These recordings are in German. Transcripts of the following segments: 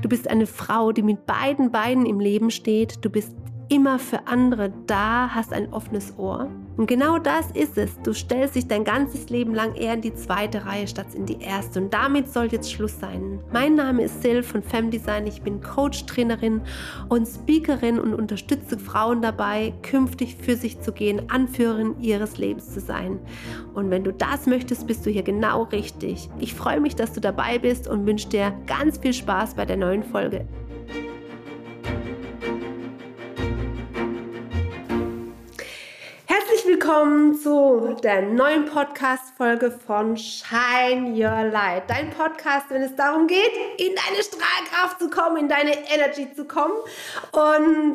Du bist eine Frau, die mit beiden Beinen im Leben steht. Du bist immer für andere da, hast ein offenes Ohr. Und genau das ist es. Du stellst dich dein ganzes Leben lang eher in die zweite Reihe statt in die erste. Und damit soll jetzt Schluss sein. Mein Name ist Sil von Femdesign. Ich bin Coach, Trainerin und Speakerin und unterstütze Frauen dabei, künftig für sich zu gehen, Anführerin ihres Lebens zu sein. Und wenn du das möchtest, bist du hier genau richtig. Ich freue mich, dass du dabei bist und wünsche dir ganz viel Spaß bei der neuen Folge. Willkommen zu der neuen Podcast-Folge von Shine Your Light. Dein Podcast, wenn es darum geht, in deine Strahlkraft zu kommen, in deine Energy zu kommen. Und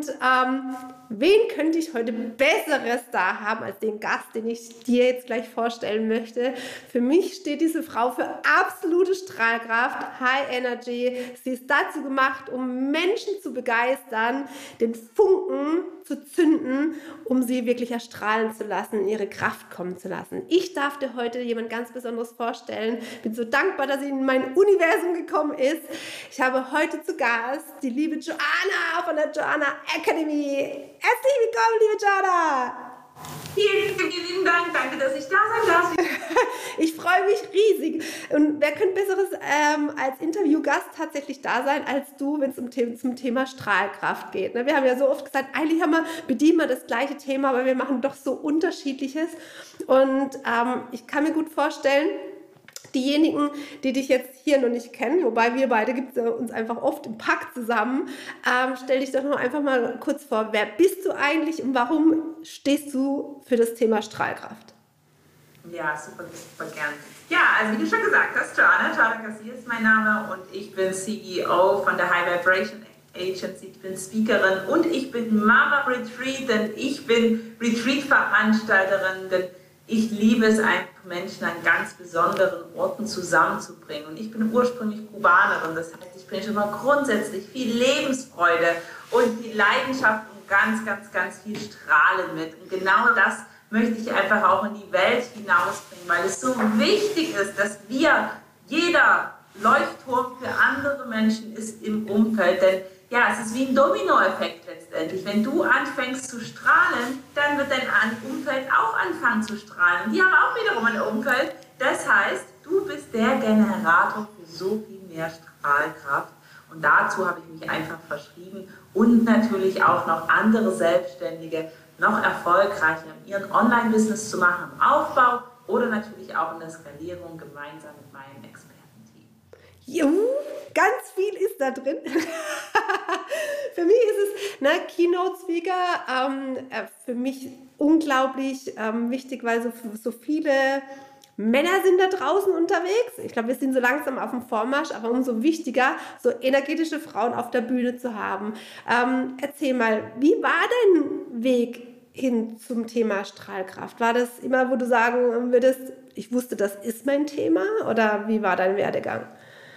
wen könnte ich heute Besseres da haben als den Gast, den ich dir jetzt gleich vorstellen möchte? Für mich steht diese Frau für absolute Strahlkraft, High Energy. Sie ist dazu gemacht, um Menschen zu begeistern, den Funken zu zünden, um sie wirklich erstrahlen zu lassen, in ihre Kraft kommen zu lassen. Ich darf dir heute jemand ganz Besonderes vorstellen. Bin so dankbar, dass sie in mein Universum gekommen ist. Ich habe heute zu Gast die liebe Joanna von der Joanna Academy. Herzlich willkommen, liebe Joanna! Vielen Dank, danke, dass ich da sein darf. Ich freue mich riesig. Und wer könnte Besseres als Interviewgast tatsächlich da sein, als du, wenn es zum Thema Strahlkraft geht. Ne? Wir haben ja so oft gesagt, eigentlich bedienen wir das gleiche Thema, aber wir machen doch so Unterschiedliches. Und ich kann mir gut vorstellen, diejenigen, die dich jetzt hier noch nicht kennen, wobei wir beide gibt es uns einfach oft im Pack zusammen, stell dich doch noch einfach mal kurz vor, wer bist du eigentlich und warum stehst du für das Thema Strahlkraft? Ja, super gern. Ja, also wie du schon gesagt hast, Joanna Garcia ist mein Name und ich bin CEO von der High Vibration Agency, ich bin Speakerin und ich bin Mama Retreat, denn ich bin Retreat-Veranstalterin, denn ich liebe es einfach, Menschen an ganz besonderen Orten zusammenzubringen. Und ich bin ursprünglich Kubanerin, das heißt, ich bringe schon mal grundsätzlich viel Lebensfreude und viel Leidenschaft und ganz viel Strahlen mit. Und genau das möchte ich einfach auch in die Welt hinausbringen, weil es so wichtig ist, dass jeder Leuchtturm für andere Menschen ist im Umfeld, denn ja, es ist wie ein Dominoeffekt letztendlich. Wenn du anfängst zu strahlen, dann wird dein Umfeld auch anfangen zu strahlen. Die haben auch wiederum ein Umfeld. Das heißt, du bist der Generator für so viel mehr Strahlkraft. Und dazu habe ich mich einfach verschrieben und natürlich auch noch andere Selbstständige noch erfolgreicher in ihren Online-Business zu machen, im Aufbau oder natürlich auch in der Skalierung gemeinsam mit meinem Expertenteam. Ganz viel ist da drin. Für mich ist es Keynote-Speaker, für mich unglaublich wichtig, weil so viele Männer sind da draußen unterwegs. Ich glaube, wir sind so langsam auf dem Vormarsch, aber umso wichtiger, so energetische Frauen auf der Bühne zu haben. Erzähl mal, wie war dein Weg hin zum Thema Strahlkraft? War das immer, wo du sagen würdest, ich wusste, das ist mein Thema? Oder wie war dein Werdegang?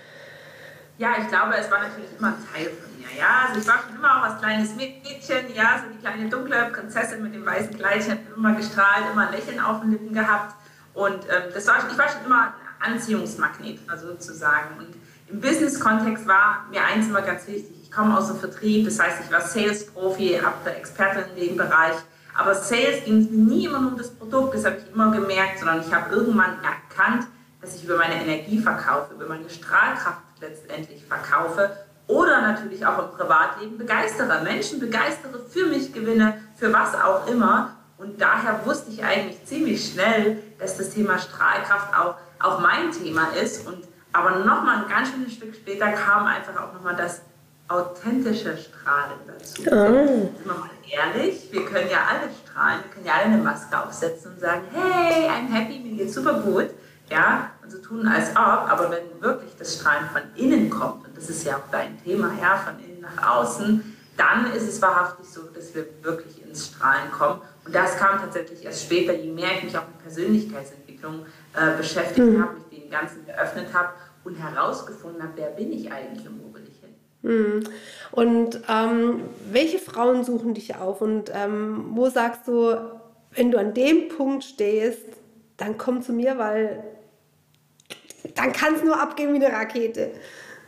Ja, ich glaube, es war natürlich immer ein Teil von mir. Ja? Also ich war schon immer auch als kleines Mädchen, ja, so die kleine dunkle Prinzessin mit dem weißen Kleidchen, habe immer gestrahlt, immer ein Lächeln auf den Lippen gehabt. Und ich war schon immer ein Anziehungsmagnet, also sozusagen. Und im Business-Kontext war mir eins immer ganz wichtig. Ich komme aus dem Vertrieb, das heißt, ich war Sales-Profi, habe da Expertin in dem Bereich. Aber Sales ging es nie immer nur um das Produkt, das habe ich immer gemerkt, sondern ich habe irgendwann erkannt, dass ich über meine Energie verkaufe, über meine Strahlkraft letztendlich verkaufe oder natürlich auch im Privatleben begeistere, Menschen begeistere, für mich gewinne, für was auch immer. Und daher wusste ich eigentlich ziemlich schnell, dass das Thema Strahlkraft auch mein Thema ist. Aber nochmal ein ganz schönes Stück später kam einfach auch nochmal das authentische Strahlen dazu. Sind wir mal ehrlich, wir können ja alle strahlen, wir können ja alle eine Maske aufsetzen und sagen, hey, I'm happy, mir geht's super gut. Ja, und so tun als ob, aber wenn wirklich das Strahlen von innen kommt, und das ist ja auch dein Thema, ja, von innen nach außen, dann ist es wahrhaftig so, dass wir wirklich ins Strahlen kommen. Und das kam tatsächlich erst später, je mehr ich mich auch mit Persönlichkeitsentwicklung beschäftigt habe, mich dem Ganzen geöffnet habe und herausgefunden habe, wer bin ich eigentlich und wo will ich hin. Und welche Frauen suchen dich auf und wo sagst du, wenn du an dem Punkt stehst, dann komm zu mir, weil dann kann es nur abgehen wie eine Rakete.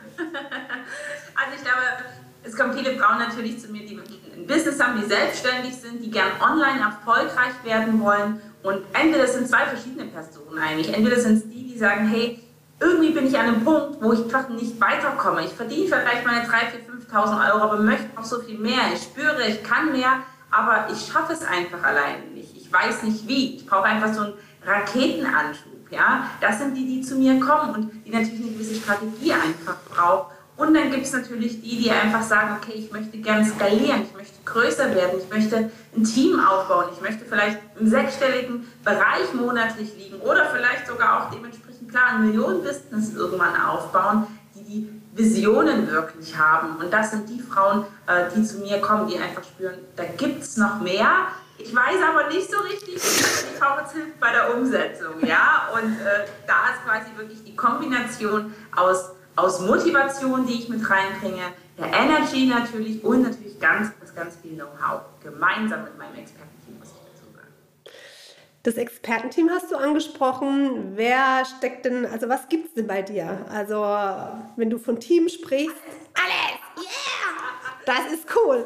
Also ich glaube, es kommen viele Frauen natürlich zu mir, die wirklich ein Business haben, die selbstständig sind, die gern online erfolgreich werden wollen. Und entweder sind zwei verschiedene Personen eigentlich. Entweder sind es die sagen, hey, irgendwie bin ich an einem Punkt, wo ich doch nicht weiterkomme. Ich verdiene vielleicht meine 3.000, 4.000, 5.000 Euro, aber möchte noch so viel mehr. Ich spüre, ich kann mehr, aber ich schaffe es einfach alleine nicht. Ich weiß nicht wie. Ich brauche einfach so einen Raketenanschub. Ja? Das sind die, die zu mir kommen und die natürlich eine gewisse Strategie einfach brauchen. Und dann gibt es natürlich die, die einfach sagen, okay, ich möchte gerne skalieren, ich möchte größer werden, ich möchte ein Team aufbauen, ich möchte vielleicht im sechsstelligen Bereich monatlich liegen oder vielleicht sogar auch dementsprechend klar ein Millionen-Business irgendwann aufbauen, die die Visionen wirklich haben. Und das sind die Frauen, die zu mir kommen, die einfach spüren, da gibt es noch mehr. Ich weiß aber nicht so richtig, wie die Frau jetzt hilft bei der Umsetzung. Ja? Und da ist quasi wirklich die Kombination aus Motivation, die ich mit reinbringe, der Energy natürlich und natürlich ganz viel Know-how, gemeinsam mit meinem Expertenteam, muss ich dazu sagen. Das Expertenteam hast du angesprochen. Wer steckt denn, also was gibt es denn bei dir? Also wenn du von Team sprichst, alles, yeah, das ist cool.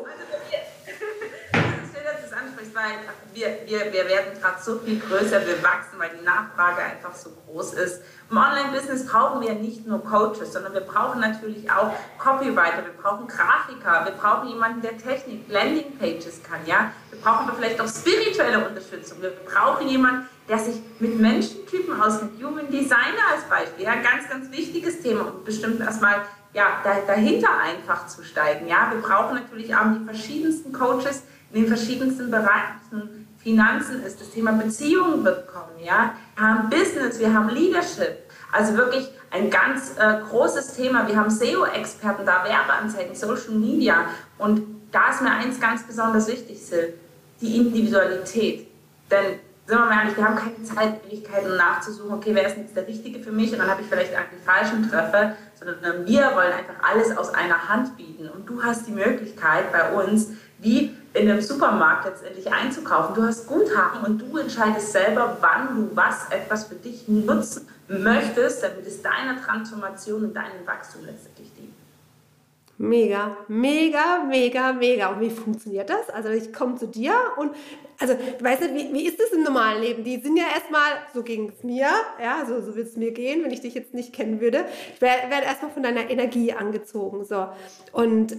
Weil wir werden gerade so viel größer, wir wachsen, weil die Nachfrage einfach so groß ist. Im Online-Business brauchen wir nicht nur Coaches, sondern wir brauchen natürlich auch Copywriter, wir brauchen Grafiker, wir brauchen jemanden, der Technik, Landingpages kann, ja. Wir brauchen aber vielleicht auch spirituelle Unterstützung. Wir brauchen jemanden, der sich mit Menschentypen auskennt, Human Designer als Beispiel, ja, ganz wichtiges Thema und bestimmt erstmal ja, dahinter einfach zu steigen. Ja. Wir brauchen natürlich auch die verschiedensten Coaches, in den verschiedensten Bereichen. Finanzen ist das Thema Beziehungen wird kommen, ja. Wir haben Business, wir haben Leadership, also wirklich ein ganz großes Thema. Wir haben SEO-Experten da, Werbeanzeigen, Social Media und da ist mir eins ganz besonders wichtig, Sil, die Individualität. Denn, sind wir mal ehrlich, wir haben keine Zeit, Ewigkeiten nachzusuchen, okay, wer ist jetzt der Richtige für mich und dann habe ich vielleicht einen falschen Treffer, sondern wir wollen einfach alles aus einer Hand bieten und du hast die Möglichkeit bei uns, wie in einem Supermarkt letztendlich einzukaufen. Du hast Guthaben und du entscheidest selber, wann du etwas für dich nutzen möchtest, damit es deiner Transformation und deinem Wachstum letztendlich dient. Mega, mega, mega, mega. Und wie funktioniert das? Also ich komme zu dir und, also ich weiß nicht, wie ist das im normalen Leben? Die sind ja erstmal, so ging es mir, ja, so würde es mir gehen, wenn ich dich jetzt nicht kennen würde. Ich werde erstmal von deiner Energie angezogen. So. Und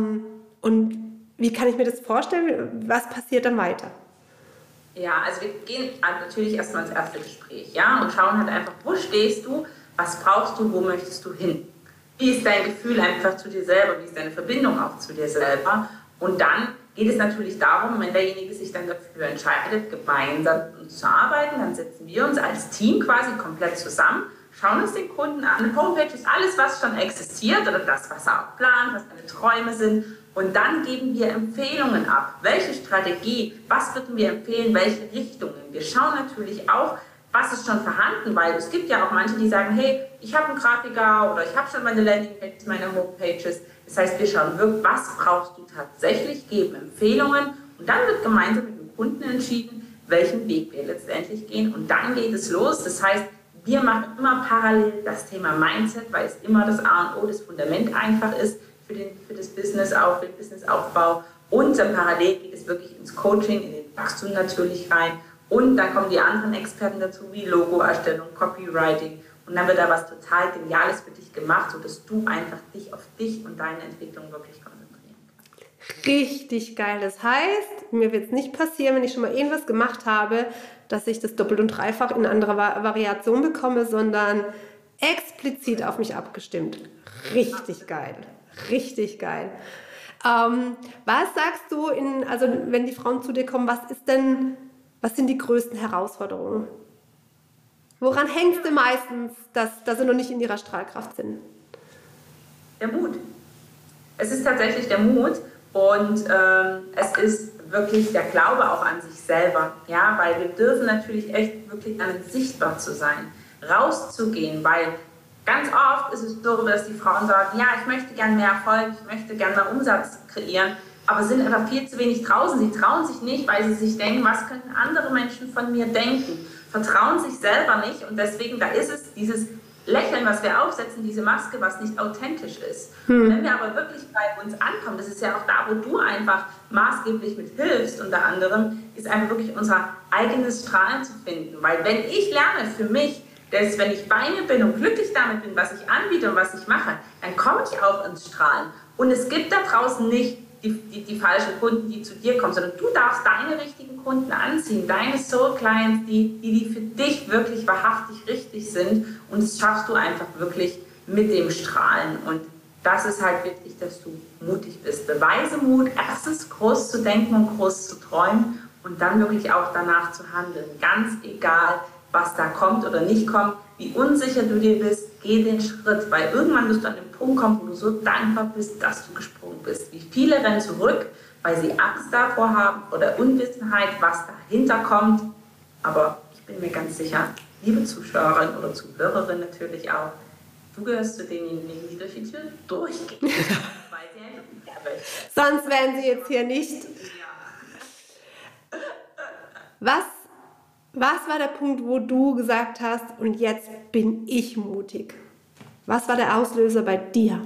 wie kann ich mir das vorstellen? Was passiert dann weiter? Ja, also wir gehen natürlich erstmal ins erste Gespräch, ja, und schauen halt einfach, wo stehst du, was brauchst du, wo möchtest du hin? Wie ist dein Gefühl einfach zu dir selber? Wie ist deine Verbindung auch zu dir selber? Und dann geht es natürlich darum, wenn derjenige sich dann dafür entscheidet, gemeinsam zu arbeiten, dann setzen wir uns als Team quasi komplett zusammen, schauen uns den Kunden an. Eine Homepage ist alles, was schon existiert oder das, was er auch plant, was seine Träume sind. Und dann geben wir Empfehlungen ab. Welche Strategie, was würden wir empfehlen, welche Richtungen? Wir schauen natürlich auch, was ist schon vorhanden, weil es gibt ja auch manche, die sagen, hey, ich habe einen Grafiker oder ich habe schon meine Landingpages, meine Homepages. Das heißt, wir schauen wirklich, was brauchst du tatsächlich, geben Empfehlungen und dann wird gemeinsam mit dem Kunden entschieden, welchen Weg wir letztendlich gehen und dann geht es los. Das heißt, wir machen immer parallel das Thema Mindset, weil es immer das A und O, das Fundament einfach ist für das Business, auch für den Businessaufbau. Und dann parallel geht es wirklich ins Coaching, in den Wachstum natürlich rein. Und dann kommen die anderen Experten dazu, wie Logoerstellung, Copywriting. Und dann wird da was total Geniales für dich gemacht, sodass du einfach dich auf dich und deine Entwicklung wirklich konzentrieren kannst. Richtig geil. Das heißt, mir wird es nicht passieren, wenn ich schon mal irgendwas gemacht habe, dass ich das doppelt und dreifach in anderer Variation bekomme, sondern explizit auf mich abgestimmt. Richtig geil. Richtig geil. Was sagst du, also wenn die Frauen zu dir kommen, was sind die größten Herausforderungen? Woran hängst du meistens, dass sie noch nicht in ihrer Strahlkraft sind? Der Mut. Es ist tatsächlich der Mut und es ist wirklich der Glaube auch an sich selber. Ja, weil wir dürfen natürlich echt wirklich lernen, sichtbar zu sein, rauszugehen, weil ganz oft ist es so, dass die Frauen sagen, ja, ich möchte gerne mehr Erfolg, ich möchte gerne mehr Umsatz kreieren, aber sind einfach viel zu wenig draußen. Sie trauen sich nicht, weil sie sich denken, was könnten andere Menschen von mir denken? Vertrauen sich selber nicht und deswegen, da ist es dieses Lächeln, was wir aufsetzen, diese Maske, was nicht authentisch ist. Wenn wir aber wirklich bei uns ankommen, das ist ja auch da, wo du einfach maßgeblich mit hilfst, unter anderem, ist einfach wirklich unser eigenes Strahlen zu finden. Weil wenn ich lerne für mich, dass wenn ich bei mir bin und glücklich damit bin, was ich anbiete und was ich mache, dann komme ich auch ins Strahlen. Und es gibt da draußen nicht die falschen Kunden, die zu dir kommen, sondern du darfst deine richtigen Kunden anziehen, deine Soul Clients, die für dich wirklich wahrhaftig richtig sind, und das schaffst du einfach wirklich mit dem Strahlen. Und das ist halt wichtig, dass du mutig bist. Beweise Mut, erstens groß zu denken und groß zu träumen und dann wirklich auch danach zu handeln. Ganz egal, was da kommt oder nicht kommt, wie unsicher du dir bist, geh den Schritt, weil irgendwann wirst du an den Punkt kommen, wo du so dankbar bist, dass du gesprungen bist. Wie viele rennen zurück, weil sie Angst davor haben oder Unwissenheit, was dahinter kommt. Aber ich bin mir ganz sicher, liebe Zuschauerin oder Zuhörerin natürlich auch, du gehörst zu denjenigen, die durch die Tür durchgehen, weil sie einfach mehr möchten. Sonst wären sie jetzt hier nicht. Was war der Punkt, wo du gesagt hast, und jetzt bin ich mutig? Was war der Auslöser bei dir?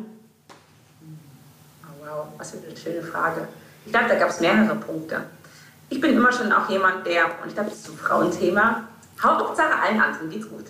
Oh, wow, was für eine schöne Frage. Ich glaube, da gab es mehrere Punkte. Ich bin immer schon auch jemand, der, und ich glaube, das ist so ein Frauenthema, Hauptsache allen anderen geht's gut.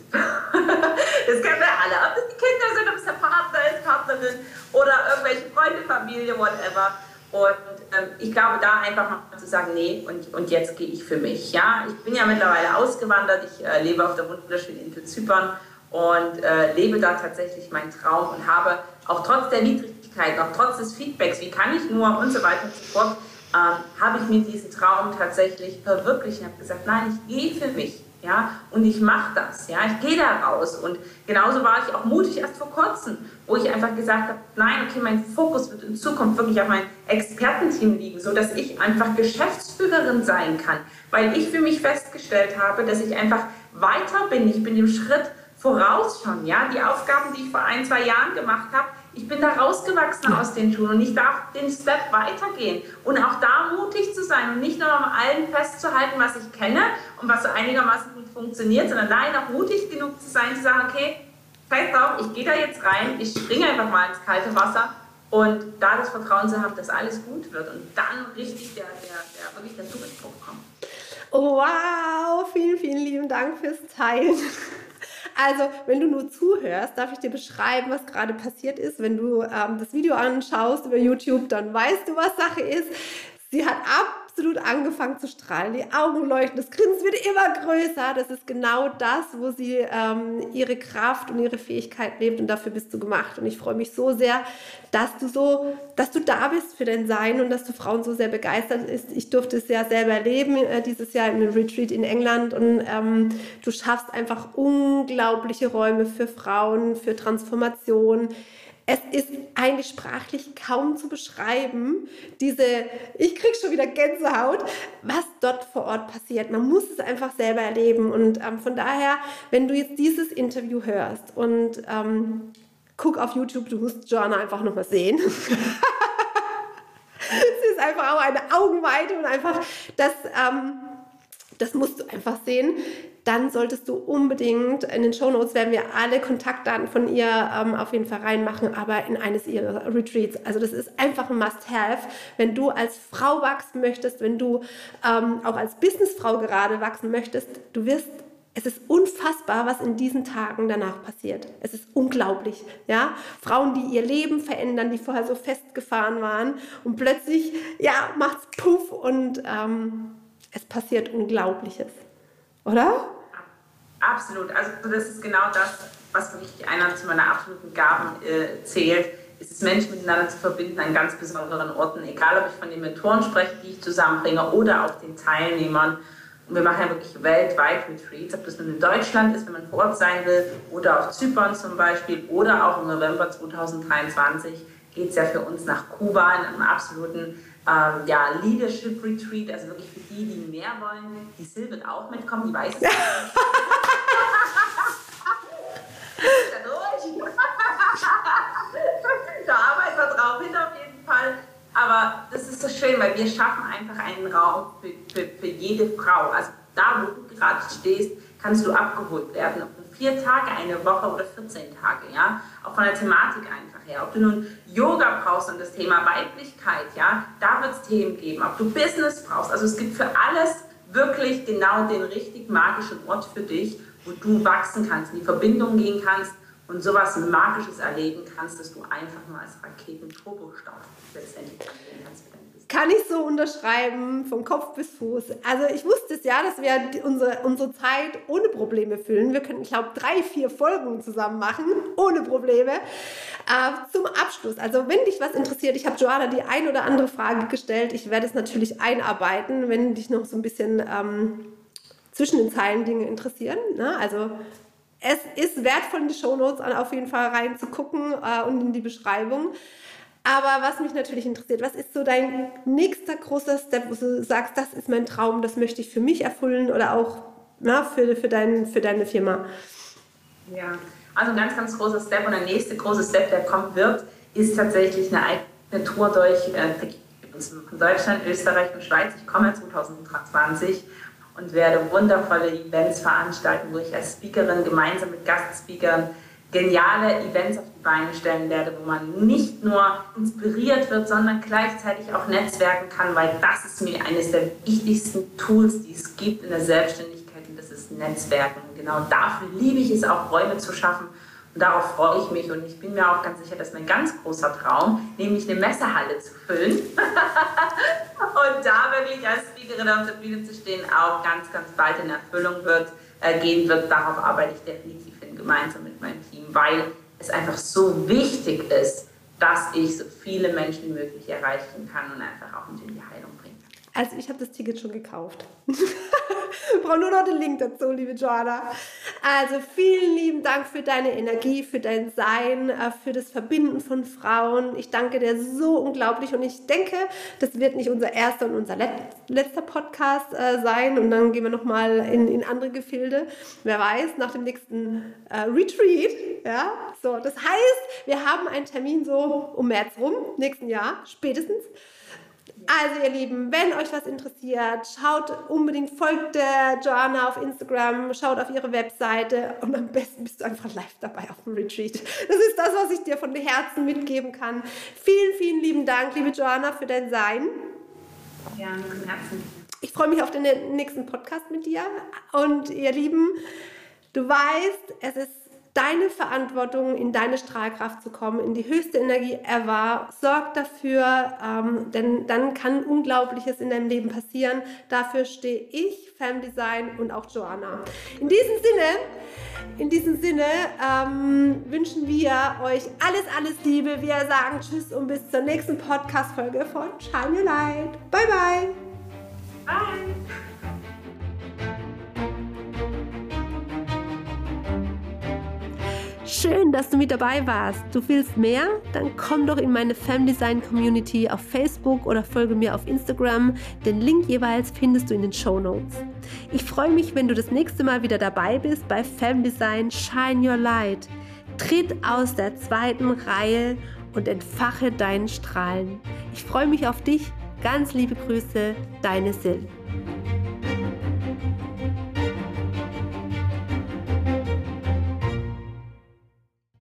Das kennen wir alle. Ob das die Kinder sind, ob es der Partner ist, Partnerin oder irgendwelche Freunde, Familie, whatever. Und ich glaube, da einfach mal zu sagen, nee, und jetzt gehe ich für mich. Ja? Ich bin ja mittlerweile ausgewandert, ich lebe auf der wunderschönen Insel Zypern und lebe da tatsächlich meinen Traum und habe auch trotz der Widrigkeit, auch trotz des Feedbacks, wie kann ich nur und so weiter und so fort, habe ich mir diesen Traum tatsächlich verwirklicht und habe gesagt, nein, ich gehe für mich. Ja, und ich mache das, ja, ich gehe da raus. Und genauso war ich auch mutig erst vor kurzem, wo ich einfach gesagt habe, nein, okay, mein Fokus wird in Zukunft wirklich auf mein Expertenteam liegen, sodass ich einfach Geschäftsführerin sein kann, weil ich für mich festgestellt habe, dass ich einfach weiter bin, ich bin dem Schritt voraus schon, ja, die Aufgaben, die ich vor 1, 2 Jahren gemacht habe, ich bin da rausgewachsen aus den Schulen und ich darf den Step weitergehen und auch da mutig zu sein und nicht nur an allem festzuhalten, was ich kenne und was so einigermaßen gut funktioniert, sondern nein, auch mutig genug zu sein, zu sagen, okay, scheiß drauf, ich gehe da jetzt rein, ich springe einfach mal ins kalte Wasser und da das Vertrauen zu haben, dass alles gut wird und dann richtig wirklich der Zuspruch kommt. Oh, wow, vielen, vielen lieben Dank fürs Teilen. Also, wenn du nur zuhörst, darf ich dir beschreiben, was gerade passiert ist. Wenn du das Video anschaust über YouTube, dann weißt du, was Sache ist. Sie hat absolut angefangen zu strahlen, die Augen leuchten, das Grinsen wird immer größer. Das ist genau das, wo sie ihre Kraft und ihre Fähigkeit lebt und dafür bist du gemacht. Und ich freue mich so sehr, dass du da bist für dein Sein und dass du Frauen so sehr begeistert bist. Ich durfte es ja selber erleben, dieses Jahr im Retreat in England und du schaffst einfach unglaubliche Räume für Frauen, für Transformation. Es ist eigentlich sprachlich kaum zu beschreiben, ich kriege schon wieder Gänsehaut, was dort vor Ort passiert. Man muss es einfach selber erleben und von daher, wenn du jetzt dieses Interview hörst und guck auf YouTube, du musst Joanna einfach nochmal sehen. Es ist einfach auch eine Augenweite und einfach, das musst du einfach sehen. Dann solltest du unbedingt, in den Shownotes werden wir alle Kontaktdaten von ihr auf jeden Fall reinmachen, aber in eines ihrer Retreats. Also das ist einfach ein Must-Have, wenn du als Frau wachsen möchtest, wenn du auch als Businessfrau gerade wachsen möchtest. Es ist unfassbar, was in diesen Tagen danach passiert. Es ist unglaublich. Ja? Frauen, die ihr Leben verändern, die vorher so festgefahren waren und plötzlich macht's puff und es passiert Unglaubliches. Oder? Absolut. Also das ist genau das, was für mich einer zu meiner absoluten Gaben zählt, ist es, Menschen miteinander zu verbinden an ganz besonderen Orten, egal ob ich von den Mentoren spreche, die ich zusammenbringe, oder auch den Teilnehmern. Und wir machen ja wirklich weltweit Retreats, ob das nun in Deutschland ist, wenn man vor Ort sein will, oder auf Zypern zum Beispiel, oder auch im November 2023 geht es ja für uns nach Kuba in einem absoluten Leadership Retreat, also wirklich für die mehr wollen. Die Sil wird auch mitkommen, die weiß es nicht. Da arbeiten wir drauf hin auf jeden Fall. Aber das ist so schön, weil wir schaffen einfach einen Raum für jede Frau. Also da, wo du gerade stehst, kannst du abgeholt werden. Ob du 4 Tage, eine Woche oder 14 Tage, ja, auch von der Thematik einfach her. Ob du nun Yoga brauchst und das Thema Weiblichkeit, ja, da wird es Themen geben. Ob du Business brauchst, also es gibt für alles wirklich genau den richtig magischen Ort für dich, wo du wachsen kannst, in die Verbindung gehen kannst und sowas Magisches erleben kannst, dass du einfach nur als Raketen-Turbostart letztendlich angehen kannst. Kann ich so unterschreiben, von Kopf bis Fuß. Also ich wusste es ja, dass wir unsere Zeit ohne Probleme füllen. Wir können, ich glaube, 3, 4 Folgen zusammen machen, ohne Probleme. Zum Abschluss, also wenn dich was interessiert, ich habe Joanna die ein oder andere Frage gestellt. Ich werde es natürlich einarbeiten, wenn dich noch so ein bisschen zwischen den Zeilen Dinge interessieren. Ne? Also es ist wertvoll, in die Shownotes auf jeden Fall reinzugucken und in die Beschreibung. Aber was mich natürlich interessiert, was ist so dein nächster großer Step, wo du sagst, das ist mein Traum, das möchte ich für mich erfüllen oder auch für deine Firma? Ja, also ein ganz, ganz großer Step und der nächste große Step, der kommen wird, ist tatsächlich eine eigene Tour durch Deutschland, Österreich und Schweiz. Ich komme 2020 und werde wundervolle Events veranstalten, wo ich als Speakerin gemeinsam mit Gastspeakern geniale Events auf die Beine stellen werde, wo man nicht nur inspiriert wird, sondern gleichzeitig auch netzwerken kann, weil das ist mir eines der wichtigsten Tools, die es gibt in der Selbstständigkeit, und das ist Netzwerken. Und genau dafür liebe ich es auch, Räume zu schaffen, und darauf freue ich mich, und ich bin mir auch ganz sicher, dass mein ganz großer Traum, nämlich eine Messehalle zu füllen und da wirklich als Speakerin auf der Bühne zu stehen, auch ganz, ganz bald in Erfüllung gehen wird. Darauf arbeite ich definitiv gemeinsam mit meinem Team, weil es einfach so wichtig ist, dass ich so viele Menschen wie möglich erreichen kann und einfach auch mit in die Heilung bringen kann. Also ich habe das Ticket schon gekauft. Brauche nur noch den Link dazu, liebe Joanna. Also vielen lieben Dank für deine Energie, für dein Sein, für das Verbinden von Frauen. Ich danke dir so unglaublich, und ich denke, das wird nicht unser erster und unser letzter Podcast sein, und dann gehen wir nochmal in andere Gefilde. Wer weiß, nach dem nächsten Retreat. Ja? So, das heißt, wir haben einen Termin so um März rum, nächsten Jahr, spätestens. Also ihr Lieben, wenn euch was interessiert, schaut unbedingt, folgt der Joanna auf Instagram, schaut auf ihre Webseite, und am besten bist du einfach live dabei auf dem Retreat. Das ist das, was ich dir von Herzen mitgeben kann. Vielen, vielen lieben Dank, liebe Joanna, für dein Sein. Ja, von Herzen. Ich freue mich auf den nächsten Podcast mit dir, und ihr Lieben, du weißt, es ist deine Verantwortung, in deine Strahlkraft zu kommen, in die höchste Energie ever. Sorg dafür, denn dann kann Unglaubliches in deinem Leben passieren. Dafür stehe ich, Femdesign und auch Joanna. In diesem Sinne wünschen wir euch alles Liebe. Wir sagen Tschüss und bis zur nächsten Podcast-Folge von Shine Your Light. Bye, bye. Bye. Schön, dass du mit dabei warst. Du willst mehr? Dann komm doch in meine Femdesign Community auf Facebook oder folge mir auf Instagram. Den Link jeweils findest du in den Shownotes. Ich freue mich, wenn du das nächste Mal wieder dabei bist bei Femdesign Shine Your Light. Tritt aus der zweiten Reihe und entfache deinen Strahlen. Ich freue mich auf dich. Ganz liebe Grüße, deine Sil.